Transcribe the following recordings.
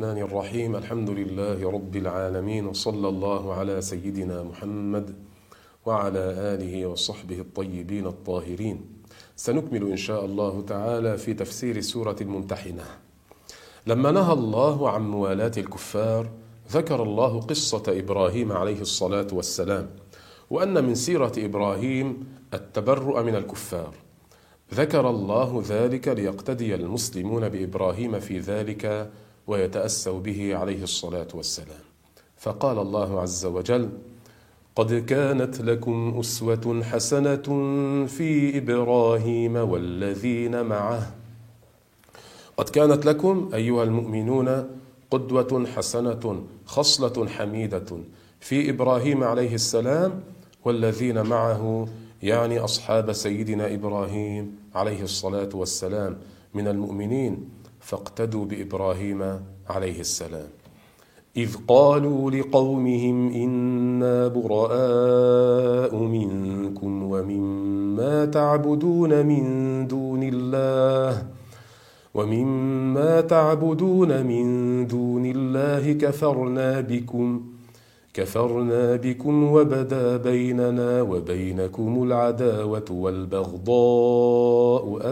الرحمن الرحيم. الحمد لله رب العالمين، وصلى الله على سيدنا محمد وعلى آله وصحبه الطيبين الطاهرين. سنكمل إن شاء الله تعالى في تفسير سورة الممتحنة. لما نهى الله عن موالاة الكفار ذكر الله قصة إبراهيم عليه الصلاة والسلام، وأن من سيرة إبراهيم التبرؤ من الكفار. ذكر الله ذلك ليقتدي المسلمون بإبراهيم في ذلك ويتأسوا به عليه الصلاة والسلام. فقال الله عز وجل: قد كانت لكم أسوة حسنة في إبراهيم والذين معه. قد كانت لكم أيها المؤمنون قدوة حسنة، خصلة حميدة في إبراهيم عليه السلام والذين معه، يعني أصحاب سيدنا إبراهيم عليه الصلاة والسلام من المؤمنين، فاقتدوا بإبراهيم عليه السلام. إذ قالوا لقومهم إنا براء منكم ومما تعبدون من دون الله كفرنا بكم وبدا بيننا وبينكم العداوة والبغضاء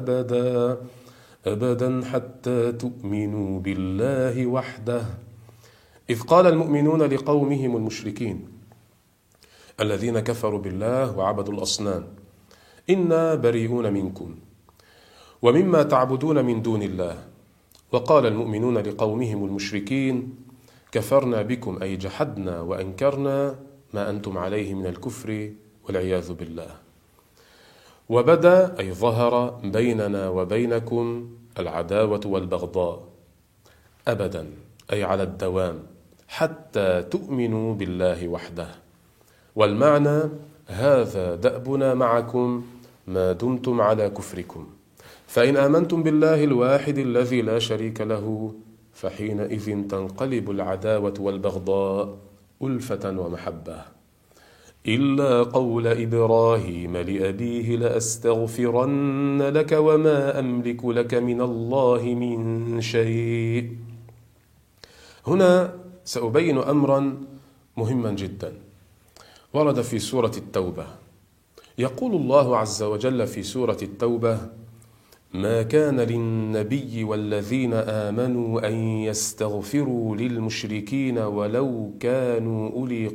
أبدا حتى تؤمنوا بالله وحده. إذ قال المؤمنون لقومهم المشركين الذين كفروا بالله وعبدوا الأصنام: إنا بريئون منكم ومما تعبدون من دون الله. وقال المؤمنون لقومهم المشركين: كفرنا بكم، أي جحدنا وأنكرنا ما أنتم عليه من الكفر والعياذ بالله. وبدا، أي ظهر، بيننا وبينكم العداوة والبغضاء أبدا، أي على الدوام، حتى تؤمنوا بالله وحده. والمعنى: هذا دأبنا معكم ما دمتم على كفركم، فإن آمنتم بالله الواحد الذي لا شريك له فحينئذ تنقلب العداوة والبغضاء ألفة ومحبة. إلا قول إبراهيم لأبيه لأستغفرن لك وما أملك لك من الله من شيء. هنا سأبين أمرا مهما جدا ورد في سورة التوبة. يقول الله عز وجل في سورة التوبة: ما كان للنبي والذين آمنوا أن يستغفروا للمشركين ولو كانوا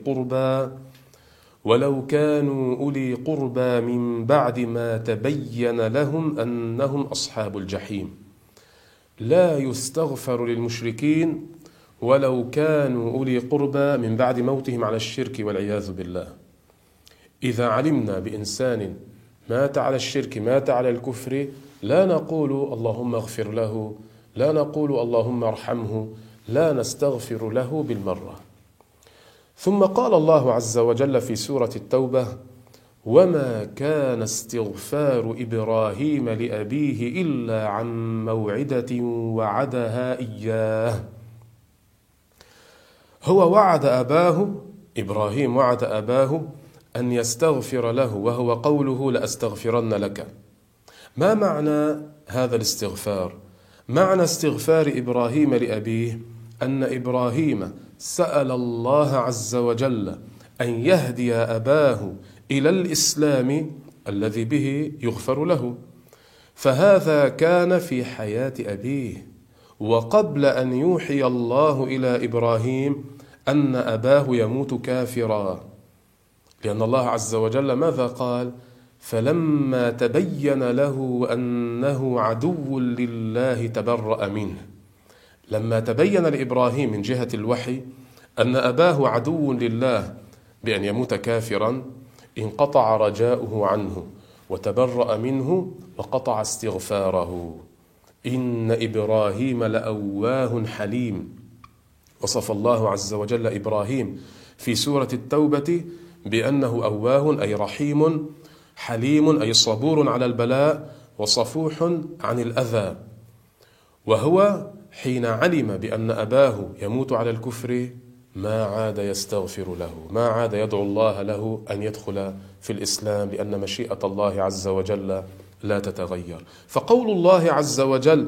أولي قربى من بعد ما تبين لهم أنهم أصحاب الجحيم. لا يستغفر للمشركين ولو كانوا أولي قربى من بعد موتهم على الشرك والعياذ بالله. إذا علمنا بإنسان مات على الشرك، مات على الكفر، لا نقول اللهم اغفر له، لا نقول اللهم ارحمه، لا نستغفر له بالمرة. ثم قال الله عز وجل في سورة التوبة: وما كان استغفار إبراهيم لأبيه إلا عن موعدة وعدها إياه. هو وعد أباه، إبراهيم وعد أباه أن يستغفر له، وهو قوله: لأستغفرن لك. ما معنى هذا الاستغفار؟ معنى استغفار إبراهيم لأبيه أن إبراهيم سأل الله عز وجل أن يهدي أباه إلى الإسلام الذي به يغفر له، فهذا كان في حياة أبيه وقبل أن يوحي الله إلى إبراهيم أن أباه يموت كافرا، لأن الله عز وجل ماذا قال؟ فلما تبين له أنه عدو لله تبرأ منه. لما تبين لإبراهيم من جهة الوحي أن أباه عدو لله بأن يموت كافرا، انقطع رجاؤه عنه وتبرأ منه وقطع استغفاره. إن إبراهيم لأواه حليم. وصف الله عز وجل إبراهيم في سورة التوبة بأنه أواه، أي رحيم، حليم، أي صبور على البلاء وصفوح عن الأذى. وهو حين علم بأن أباه يموت على الكفر ما عاد يستغفر له، ما عاد يدعو الله له أن يدخل في الإسلام، لأن مشيئة الله عز وجل لا تتغير. فقول الله عز وجل: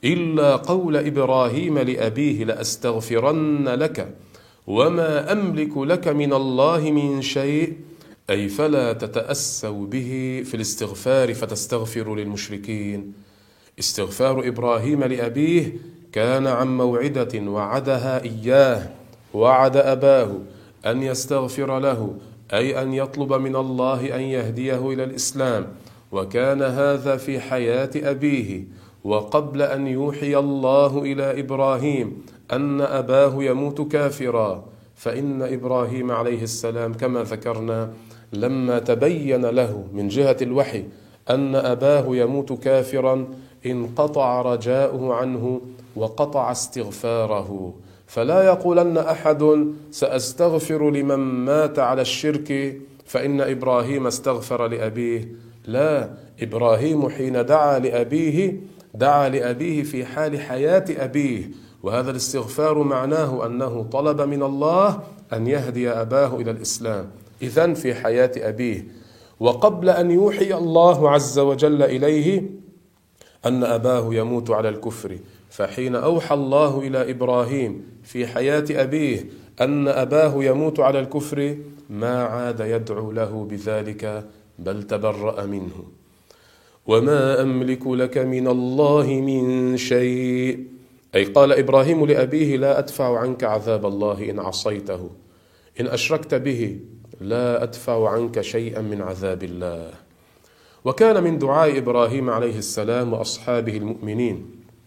إلا قول إبراهيم لأبيه لأستغفرن لك وما أملك لك من الله من شيء، أي فلا تتأسوا به في الاستغفار فتستغفروا للمشركين. استغفار إبراهيم لأبيه كان عن موعدة وعدها إياه، وعد أباه أن يستغفر له، أي أن يطلب من الله أن يهديه إلى الإسلام، وكان هذا في حياة أبيه وقبل أن يوحي الله إلى إبراهيم أن أباه يموت كافرا. فإن إبراهيم عليه السلام كما ذكرنا لما تبين له من جهة الوحي أن أباه يموت كافرا انقطع رجاؤه عنه وقطع استغفاره. فلا يقولن أحد سأستغفر لمن مات على الشرك فإن إبراهيم استغفر لأبيه. لا، إبراهيم حين دعا لأبيه في حال حياة أبيه، وهذا الاستغفار معناه أنه طلب من الله أن يهدي أباه إلى الإسلام، إذن في حياة أبيه وقبل أن يوحي الله عز وجل إليه أن أباه يموت على الكفر. فحين أوحى الله إلى إبراهيم في حياة أبيه أن أباه يموت على الكفر ما عاد يدعو له بذلك بل تبرأ منه. وما أملك لك من الله من شيء، أي قال إبراهيم لأبيه لا أدفع عنك عذاب الله إن عصيته، إن أشركت به لا أدفع عنك شيئا من عذاب الله. وكان من دعاء إبراهيم عليه السلام وأصحابه المؤمنين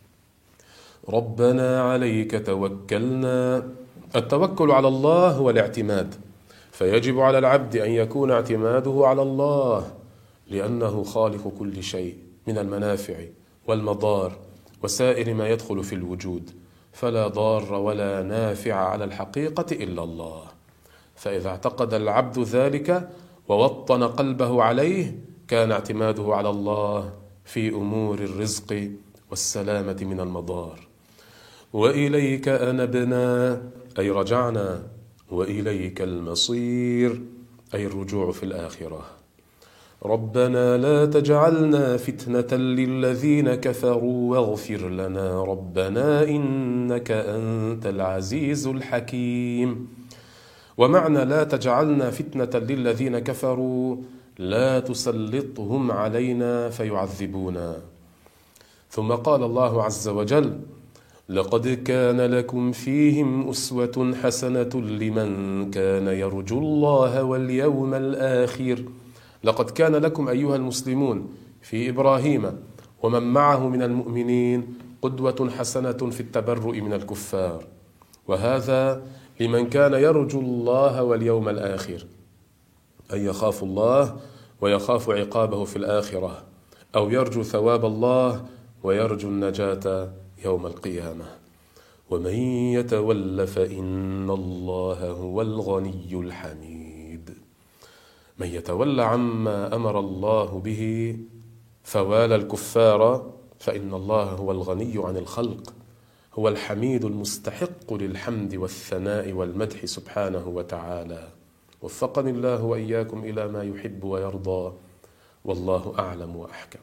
ربنا عليك توكلنا. التوكل على الله هو الاعتماد، فيجب على العبد أن يكون اعتماده على الله، لأنه خالق كل شيء من المنافع والمضار وسائر ما يدخل في الوجود، فلا ضار ولا نافع على الحقيقة إلا الله. فإذا اعتقد العبد ذلك ووطن قلبه عليه كان اعتماده على الله في أمور الرزق والسلامة من المضار. وإليك أنبنا، أي رجعنا، وإليك المصير، أي الرجوع في الآخرة. ربنا لا تجعلنا فتنة للذين كفروا واغفر لنا ربنا إنك أنت العزيز الحكيم. ومعنى لا تجعلنا فتنة للذين كفروا لا تسلطهم علينا فيعذبونا. ثم قال الله عز وجل لقد كان لكم فيهم أسوة حسنة لمن كان يرجو الله واليوم الآخر. لقد كان لكم أيها المسلمون في إبراهيم ومن معه من المؤمنين قدوة حسنة في التبرؤ من الكفار، وهذا لمن كان يرجو الله واليوم الآخر، أي يخاف الله ويخاف عقابه في الآخرة، أو يرجو ثواب الله ويرجو النجاة يوم القيامة. ومن يتول فإن الله هو الغني الحميد. من يتولى عما أمر الله به فوالى الكفار فإن الله هو الغني عن الخلق، هو الحميد المستحق للحمد والثناء والمدح سبحانه وتعالى. وفقني الله وإياكم إلى ما يحب ويرضى، والله أعلم وأحكم.